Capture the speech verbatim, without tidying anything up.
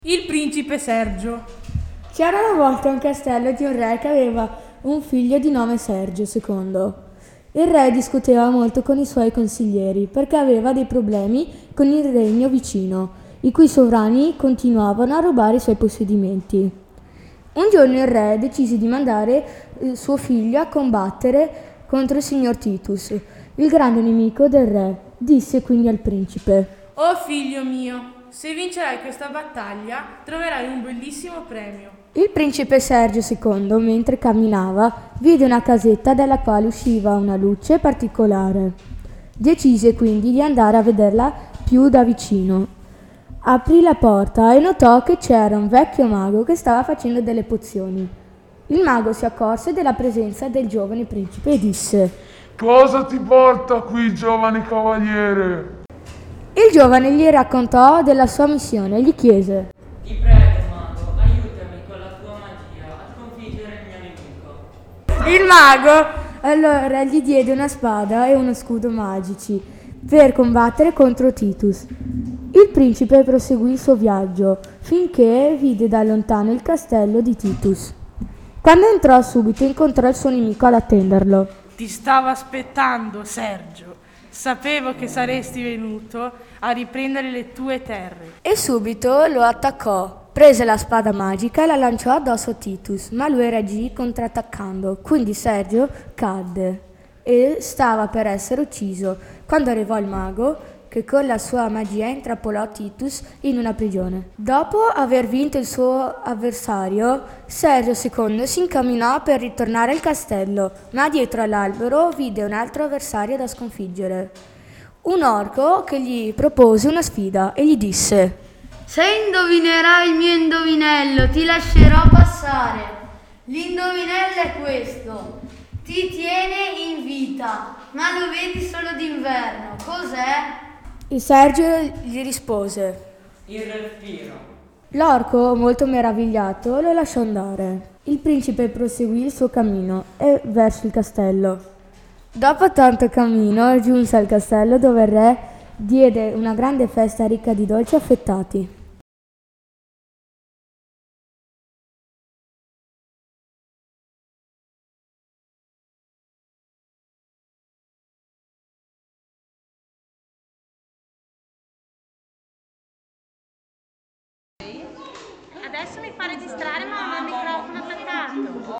Il principe Sergio. C'era una volta un castello di un re che aveva un figlio di nome Sergio secondo. Il re discuteva molto con i suoi consiglieri perché aveva dei problemi con il regno vicino, i cui sovrani continuavano a rubare i suoi possedimenti. Un giorno il re decise di mandare il suo figlio a combattere contro il signor Titus, il grande nemico del re. Disse quindi al principe: Oh figlio mio, se vincerai questa battaglia troverai un bellissimo premio. Il principe Sergio secondo, mentre camminava, vide una casetta dalla quale usciva una luce particolare. Decise quindi di andare a vederla più da vicino. Aprì la porta e notò che c'era un vecchio mago che stava facendo delle pozioni. Il mago si accorse della presenza del giovane principe e disse: Cosa ti porta qui, giovane cavaliere? Il giovane gli raccontò della sua missione e gli chiese: Ti prego, mago, aiutami con la tua magia a sconfiggere il mio nemico. Il mago allora gli diede una spada e uno scudo magici per combattere contro Titus. Il principe proseguì il suo viaggio finché vide da lontano il castello di Titus. Quando entrò subito incontrò il suo nemico ad attenderlo. Ti stavo aspettando, Sergio. Sapevo che saresti venuto a riprendere le tue terre. E subito lo attaccò. Prese la spada magica e la lanciò addosso a Titus, ma lui reagì contrattaccando. Quindi Sergio cadde e stava per essere ucciso quando arrivò il mago che con la sua magia intrappolò Titus in una prigione. Dopo aver vinto il suo avversario, Sergio secondo si incamminò per ritornare al castello, ma dietro all'albero vide un altro avversario da sconfiggere. Un orco che gli propose una sfida e gli disse: Se indovinerai il mio indovinello, ti lascerò passare. L'indovinello è questo: ti tiene in vita, ma lo vedi solo d'inverno. Cos'è? Il Sergio gli rispose: Il respiro. L'orco, molto meravigliato, lo lasciò andare. Il principe proseguì il suo cammino e verso il castello. Dopo tanto cammino giunse al castello dove il re diede una grande festa ricca di dolci affettati. Adesso mi fa registrare ma ho il microfono attaccato.